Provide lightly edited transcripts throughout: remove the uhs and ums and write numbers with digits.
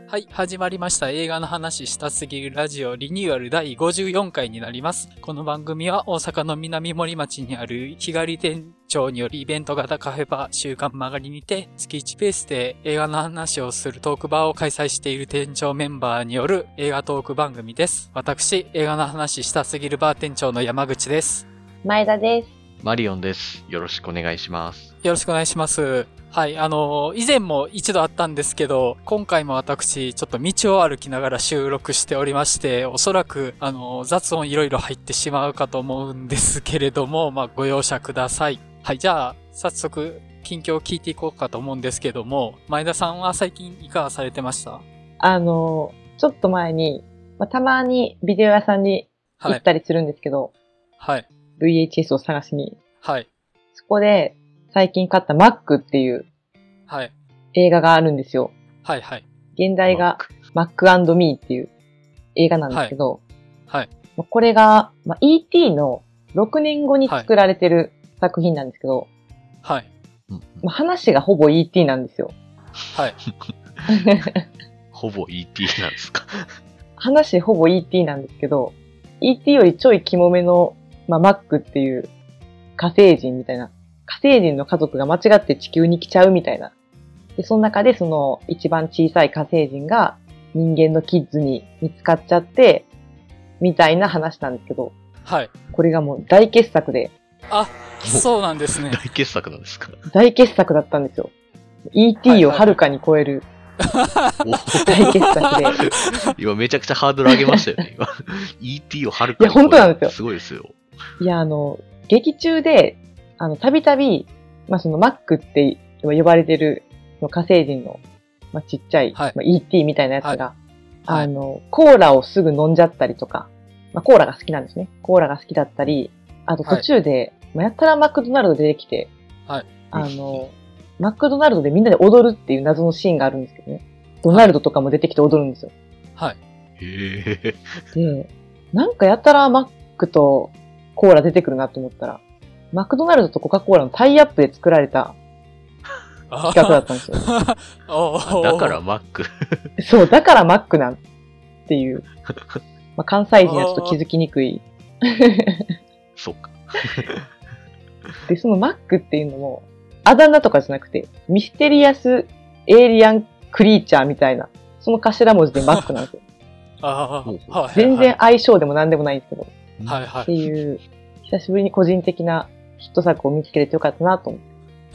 はい、始まりました。映画の話したすぎるラジオリニューアル第54回になります。この番組は大阪の南森町にある日帰り店長によるイベント型カフェバー週刊曲がりにて月1ペースで映画の話をするトークバーを開催している店長メンバーによる映画トーク番組です。私、映画の話したすぎるバー店長の山口です。 前田です。 マリオンです。よろしくお願いします。 よろしくお願いします。はい、以前も一度あったんですけど、今回も私、ちょっと道を歩きながら収録しておりまして、おそらく、雑音いろいろ入ってしまうかと思うんですけれども、ご容赦ください。はい、じゃあ、早速、近況を聞いていこうかと思うんですけども、前田さんは最近いかがされてました？ ちょっと前に、たまにビデオ屋さんに行ったりするんですけど、 はい。 VHS を探しに。 はい。 そこで、最近買ったマックっていう映画があるんですよ。 はいはい。 現代がマック&ミーっていう映画なんですけど、 はい。 これが、E.T. の6年後に作られてる作品なんですけど、 はい。 話がほぼ E.T. なんですよ。 はい。 ほぼ E.T. なんですか？ 話ほぼ E.T. なんですけど、E.T. よりちょいキモめの、マックっていう火星人みたいな、火星人の家族が間違って地球に来ちゃうみたいな。で、その中でその一番小さい火星人が人間のキッズに見つかっちゃって、みたいな話なんですけど。 はい。 これがもう大傑作で。 あ、そうなんですね。 大傑作なんですか？ 大傑作だったんですよ。E.T. をはるかに超える大傑作で。 今めちゃくちゃハードル上げましたよね。今E.T. をはるかに超える。いや、本当なんですよ。 すごいですよ。 いや、劇中で、たびたび、そのマックって呼ばれてる火星人の、ちっちゃい、E.T. みたいなやつが、コーラをすぐ飲んじゃったりとか、コーラが好きなんですね。コーラが好きだったり、あと途中で、やったらマクドナルド出てきて、 はい。 マクドナルドでみんなで踊るっていう謎のシーンがあるんですけどね。ドナルドとかも出てきて踊るんですよ。 はい。 へで、なんかやったらマックとコーラ出てくるなと思ったら、マクドナルドとコカ・コーラのタイアップで作られた企画だったんですよ。 だからマック。 そう、だからマックなんっていう。関西人はちょっと気づきにくい。 そっか。 で、そのマックっていうのも、あだ名とかじゃなくて、ミステリアス・エイリアン・クリーチャーみたいな、その頭文字でマックなんですよ。全然相性でも何でもないんですけど。 はいはい。 っていう、久しぶりに個人的なヒット作を見つけれてよかったなと思って。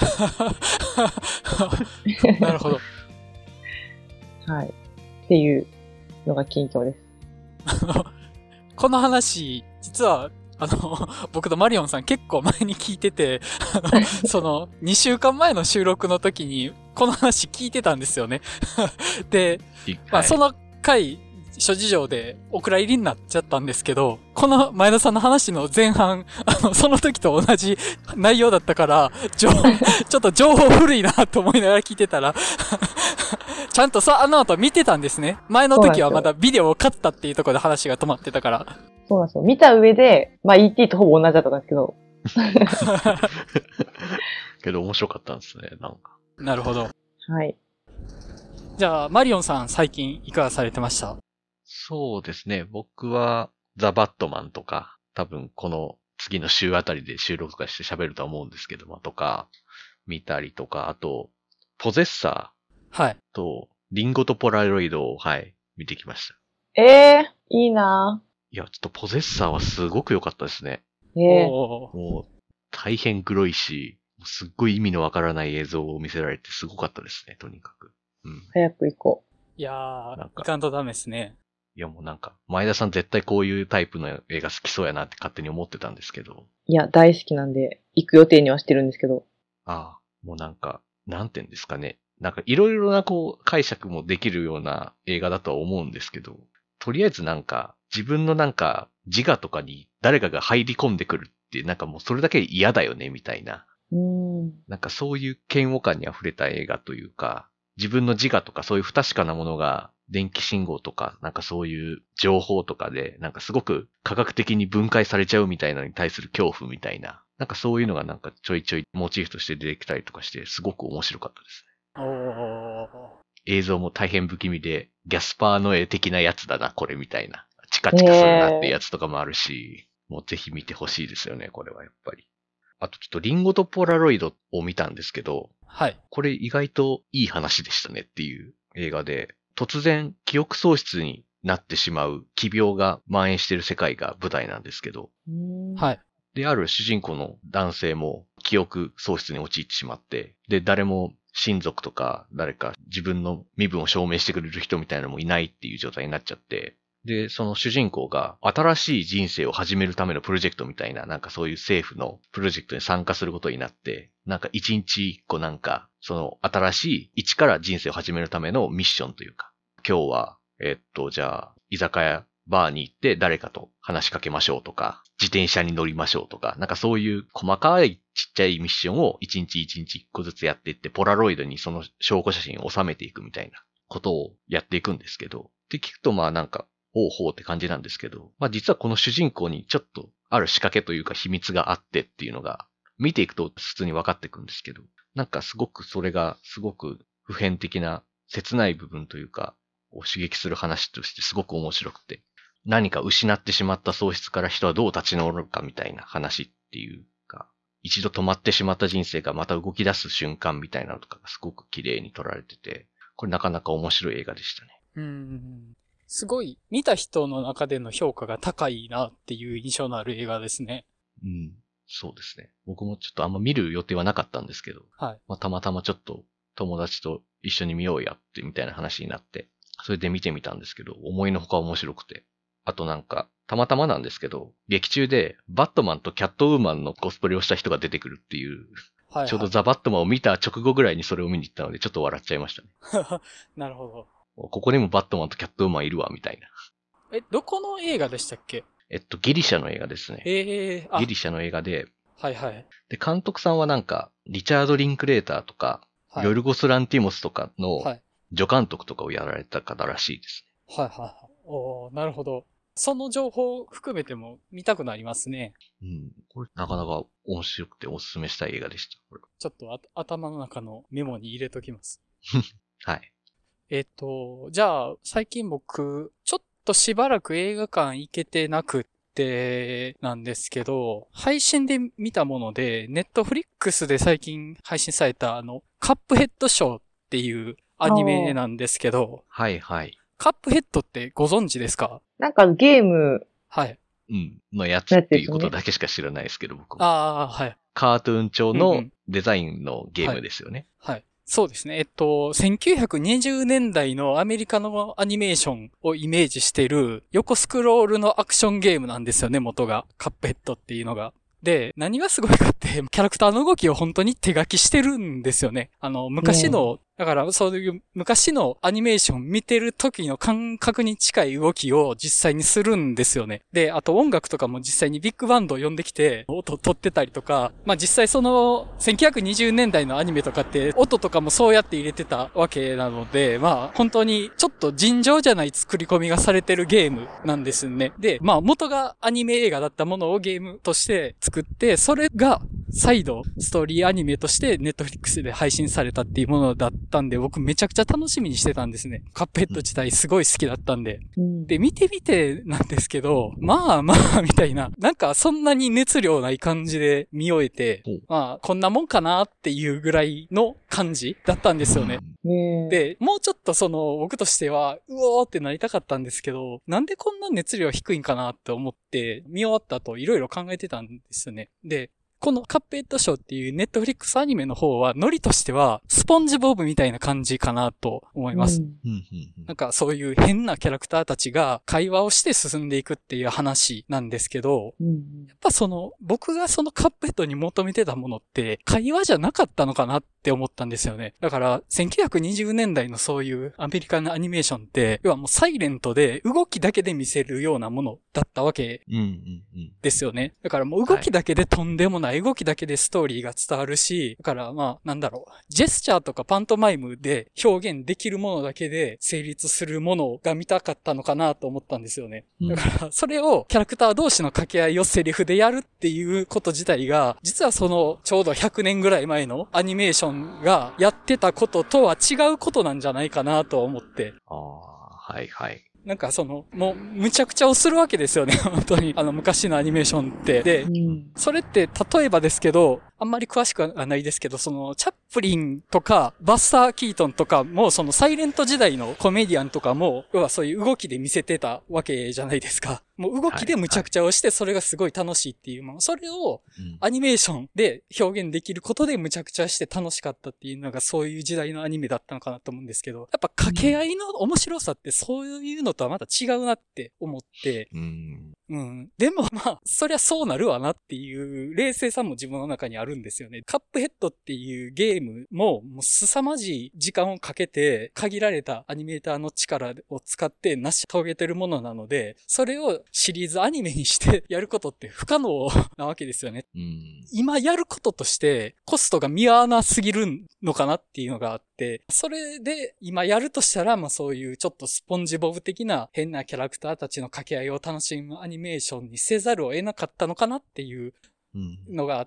なるほど。 はい。っていうのが近況です。 この話、実は、僕とマリオンさん結構前に聞いてて、その、2週間前の収録の時に、この話聞いてたんですよね。で、その回、諸事情でお蔵入りになっちゃったんですけど、この前田さんの話の前半、その時と同じ内容だったから、ちょっと情報古いなと思いながら聞いてたら、ちゃんとあの後見てたんですね。前の時はまだビデオを買ったっていうところで話が止まってたから。 そうなんですよ。見た上で、E.T. とほぼ同じだったんですけど。 けど面白かったんですね、なんか。 なるほど。 はい。 じゃあ、マリオンさん最近いかがされてました？ そうですね。僕は、ザ・バットマンとか、多分この次の週あたりで収録とかして喋るとは思うんですけども、とか、見たりとか、あと、ポゼッサーと、リンゴとポラロイドを、見てきました。 いいなぁ。 いや、ちょっとポゼッサーはすごく良かったですね。もう、大変グロいし、すっごい意味のわからない映像を見せられてすごかったですね、とにかく。うん。 早く行こう。 いやー、いかんとダメですね。 いやもうなんか、前田さん絶対こういうタイプの映画好きそうやなって勝手に思ってたんですけど。 いや、大好きなんで、行く予定にはしてるんですけど。 ああ、もうなんか、なんて言うんですかね。なんかいろいろな解釈もできるような映画だとは思うんですけど、とりあえずなんか、自分のなんか、自我とかに誰かが入り込んでくるって、なんかもうそれだけ嫌だよね、みたいな。なんかそういう嫌悪感に溢れた映画というか、自分の自我とかそういう不確かなものが、電気信号とか、なんかそういう情報とかで、なんかすごく科学的に分解されちゃうみたいなのに対する恐怖みたいな、なんかそういうのがなんかちょいちょいモチーフとして出てきたりとかして、すごく面白かったですね。 映像も大変不気味で、ギャスパーの絵的なやつだな、これみたいな。チカチカするなってやつとかもあるし、もうぜひ見てほしいですよね、これはやっぱり。あとちょっとリンゴとポラロイドを見たんですけど、 はい。 これ意外といい話でしたねっていう映画で、突然記憶喪失になってしまう奇病が蔓延している世界が舞台なんですけど、 はい。 で、ある主人公の男性も記憶喪失に陥ってしまって、で、誰も親族とか誰か自分の身分を証明してくれる人みたいなのもいないっていう状態になっちゃって、で、その主人公が新しい人生を始めるためのプロジェクトみたいな、なんかそういう政府のプロジェクトに参加することになって、なんか一日一個なんか、その新しい一から人生を始めるためのミッションというか、今日は、じゃあ、居酒屋、バーに行って誰かと話しかけましょうとか、自転車に乗りましょうとか、なんかそういう細かいちっちゃいミッションを一日一日一個ずつやっていって、ポラロイドにその証拠写真を収めていくみたいなことをやっていくんですけど、って聞くとまあなんか、ほうほうって感じなんですけど、まあ実はこの主人公にちょっとある仕掛けというか秘密があってっていうのが、見ていくと普通に分かっていくんですけど、なんかすごくそれがすごく普遍的な切ない部分というか、を刺激する話としてすごく面白くて、何か失ってしまった喪失から人はどう立ち直るかみたいな話っていうか、一度止まってしまった人生がまた動き出す瞬間みたいなのとかがすごく綺麗に撮られてて、これなかなか面白い映画でしたね。 すごい、見た人の中での評価が高いなっていう印象のある映画ですね。 うん。そうですね。僕もちょっとあんま見る予定はなかったんですけど、 はい。 まあ、たまたまちょっと友達と一緒に見ようやってみたいな話になって、それで見てみたんですけど、思いのほか面白くて。あとなんか、たまたまなんですけど、劇中でバットマンとキャットウーマンのコスプレをした人が出てくるっていう、はいはい、ちょうどザ・バットマンを見た直後ぐらいにそれを見に行ったので、ちょっと笑っちゃいましたね。 なるほど。 ここにもバットマンとキャットウーマンいるわ、みたいな。 どこの映画でしたっけ？ ギリシャの映画ですね。 ギリシャの映画で。 はいはい。 で、監督さんはなんか、リチャード・リンクレーターとか、はい、ヨルゴス・ランティモスとかの助監督とかをやられた方らしいですね。はいはいはい。なるほど。その情報を含めても見たくなりますね。 うん。これなかなか面白くておすすめしたい映画でした。これちょっと頭の中のメモに入れときます。 はい。 じゃあ、最近僕、ちょっとしばらく映画館行けてなくってなんですけど、配信で見たもので、ネットフリックスで最近配信されたカップヘッドショーっていうアニメなんですけど、 はいはい。 カップヘッドってご存知ですか？ なんかゲーム。 はい。 うん。のやつっていうことだけしか知らないですけど、僕も。 ああ、はい。 カートゥーン調のデザインのゲームですよね。 はい。はい、そうですね。1920年代のアメリカのアニメーションをイメージしている横スクロールのアクションゲームなんですよね、元が。カップヘッドっていうのが。で、何がすごいかって、キャラクターの動きを本当に手書きしてるんですよね。昔の、だからそういう昔のアニメーション見てる時の感覚に近い動きを実際にするんですよね。で、あと音楽とかも実際にビッグバンドを呼んできて音を取ってたりとか、まあ実際その1920年代のアニメとかって音とかもそうやって入れてたわけなので、まあ本当にちょっと尋常じゃない作り込みがされてるゲームなんですね。で、まあ元がアニメ映画だったものをゲームとして作って、それが再度ストーリーアニメとしてネットフリックスで配信されたっていうものだったんで、僕めちゃくちゃ楽しみにしてたんですね。カップヘッド自体すごい好きだったんで。で、見てみてなんですけど、まあまあみたいな、なんかそんなに熱量ない感じで見終えて、まあこんなもんかなっていうぐらいの感じだったんですよね。で、もうちょっと僕としては、うおーってなりたかったんですけど、なんでこんな熱量低いんかなって思って、見終わった後いろいろ考えてたんですよね。で、このカップヘッドショーっていうネットフリックスアニメの方は、ノリとしては、スポンジボブみたいな感じかなと思います。なんかそういう変なキャラクターたちが会話をして進んでいくっていう話なんですけど、やっぱ僕がそのカップヘッドに求めてたものって、会話じゃなかったのかなって思ったんですよね。だから、1920年代のそういうアメリカのアニメーションって、要はもうサイレントで動きだけで見せるようなものだったわけですよね。だからもう動きだけでとんでもない動きだけでストーリーが伝わるし、だからまあなんだろう、ジェスチャーとかパントマイムで表現できるものだけで成立するものが見たかったのかなと思ったんですよね。だからそれをキャラクター同士の掛け合いをセリフでやるっていうこと自体が、実はそのちょうど100年ぐらい前のアニメーションがやってたこととは違うことなんじゃないかなと思って。 ああ、はいはい。 なんかもう、むちゃくちゃをするわけですよね、本当に。昔のアニメーションって。で、それって、例えばですけど、あんまり詳しくはないですけど、チャップリンとか、バスター・キートンとかも、サイレント時代のコメディアンとかも、要はそういう動きで見せてたわけじゃないですか。もう動きでむちゃくちゃをして、それがすごい楽しいっていうもの。それを、アニメーションで表現できることでむちゃくちゃして楽しかったっていうのが、そういう時代のアニメだったのかなと思うんですけど、やっぱ掛け合いの面白さって、そういうのとはまた違うなって思って、でもまあ、そりゃそうなるわなっていう冷静さも自分の中にあるんですよね。カップヘッドっていうゲームもう凄まじい時間をかけて限られたアニメーターの力を使って成し遂げてるものなので、それをシリーズアニメにしてやることって不可能なわけですよね。今やることとしてコストが見合わなすぎるのかなっていうのがあって、それで今やるとしたら、まあそういうちょっとスポンジボブ的な変なキャラクターたちの掛け合いを楽しむアニメーションにせざるを得なかったのかなっていうのがあって、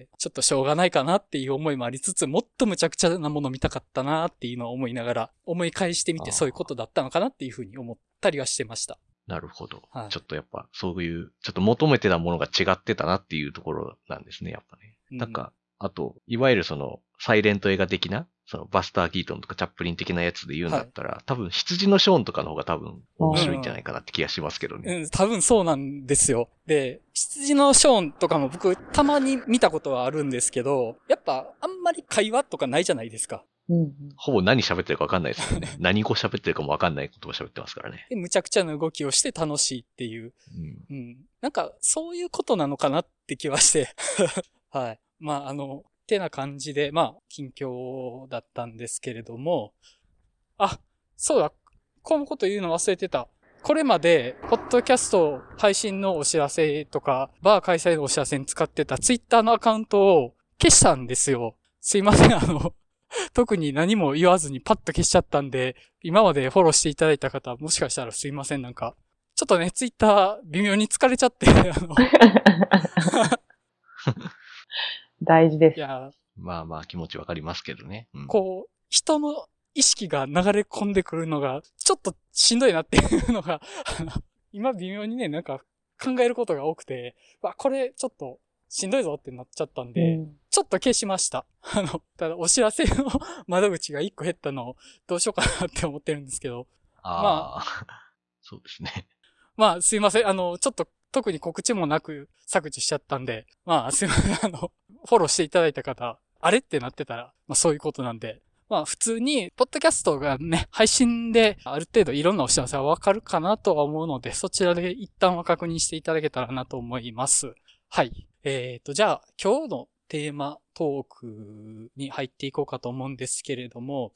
ちょっとしょうがないかなっていう思いもありつつ、もっとむちゃくちゃなもの見たかったなっていうのを思いながら、思い返してみてそういうことだったのかなっていうふうに思ったりはしてました。 なるほど。 はい、 ちょっとやっぱそういう、ちょっと求めてたものが違ってたなっていうところなんですね、やっぱね。なんか、あと、いわゆるサイレント映画的な、バスター・キートンとかチャップリン的なやつで言うんだったら、多分羊のショーンとかの方が多分面白いんじゃないかなって気がしますけどね。 多分そうなんですよ。で、羊のショーンとかも僕たまに見たことはあるんですけど、やっぱあんまり会話とかないじゃないですか。 ほぼ何喋ってるか分かんないですよね。何語喋ってるかも分かんない言葉喋ってますからね。 で、むちゃくちゃな動きをして楽しいっていう。なんかそういうことなのかなって気はして。はい。まあってな感じで、まあ、近況だったんですけれども、あ、そうだ、このこと言うの忘れてた。これまで、ポッドキャスト配信のお知らせとか、バー開催のお知らせに使ってたツイッターのアカウントを消したんですよ。すいません、特に何も言わずにパッと消しちゃったんで、今までフォローしていただいた方、もしかしたらすいません、なんか。ちょっとね、ツイッター微妙に疲れちゃって、 大事です。 いや、まあまあ気持ちわかりますけどね。 こう、人の意識が流れ込んでくるのが、ちょっとしんどいなっていうのが、今微妙にね、なんか考えることが多くて、これちょっとしんどいぞってなっちゃったんで、ちょっと消しました。ただお知らせの窓口が1個減ったのをどうしようかなって思ってるんですけど。 まあ、そうですね。 まあ、すいません。ちょっと特に告知もなく削除しちゃったんで、まあ、すいません。フォローしていただいた方、あれってなってたら、まあそういうことなんで、まあ普通に、ポッドキャストがね、配信である程度いろんなお知らせはわかるかなとは思うので、そちらで一旦は確認していただけたらなと思います。はい。じゃあ今日のテーマトークに入っていこうかと思うんですけれども、